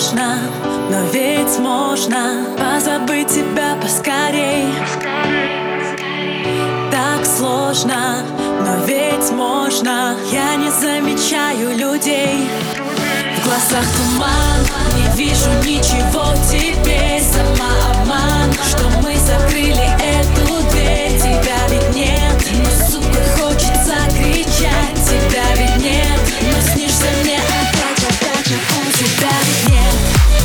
сложно, но ведь можно позабыть тебя поскорей. Так сложно, но ведь можно. Я не замечаю людей. В глазах туман, не вижу ничего теперь. Самообман, что мы закрыли эту дверь. Тебя ведь нет, но, сука, хочется кричать. Тебя ведь нет, но снишься мне опять. Тебя ведь нет.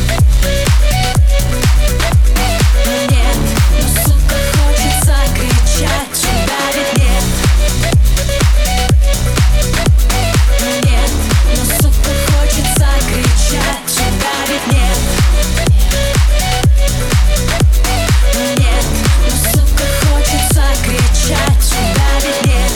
Нет, но, сука, хочется кричать. Тебя ведь нет. Нет, но, сука, хочется кричать. Тебя ведь нет. Нет, но, сука, хочется кричать. Тебя ведь нет.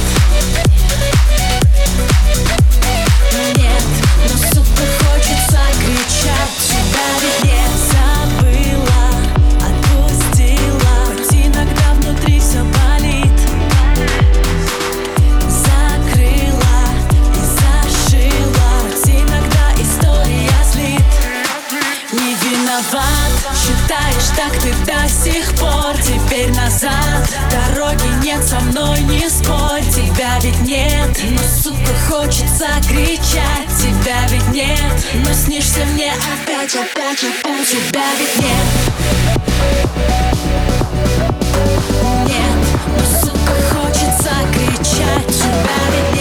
Нет, но, сука, хочется кричать. Тебя ведь нет. Забыла, отпустила, хоть иногда внутри все болит. Закрыла и зашила, хоть иногда история злит. Не виноват, считаешь так ты до сих пор. Теперь назад дороги нет, со мной не спорь. Тебя ведь нет, но, сука, хочется кричать. Тебя ведь нет, но снишься мне опять. Тебя ведь нет. Нет, но, сука, хочется кричать. Тебя ведь нет.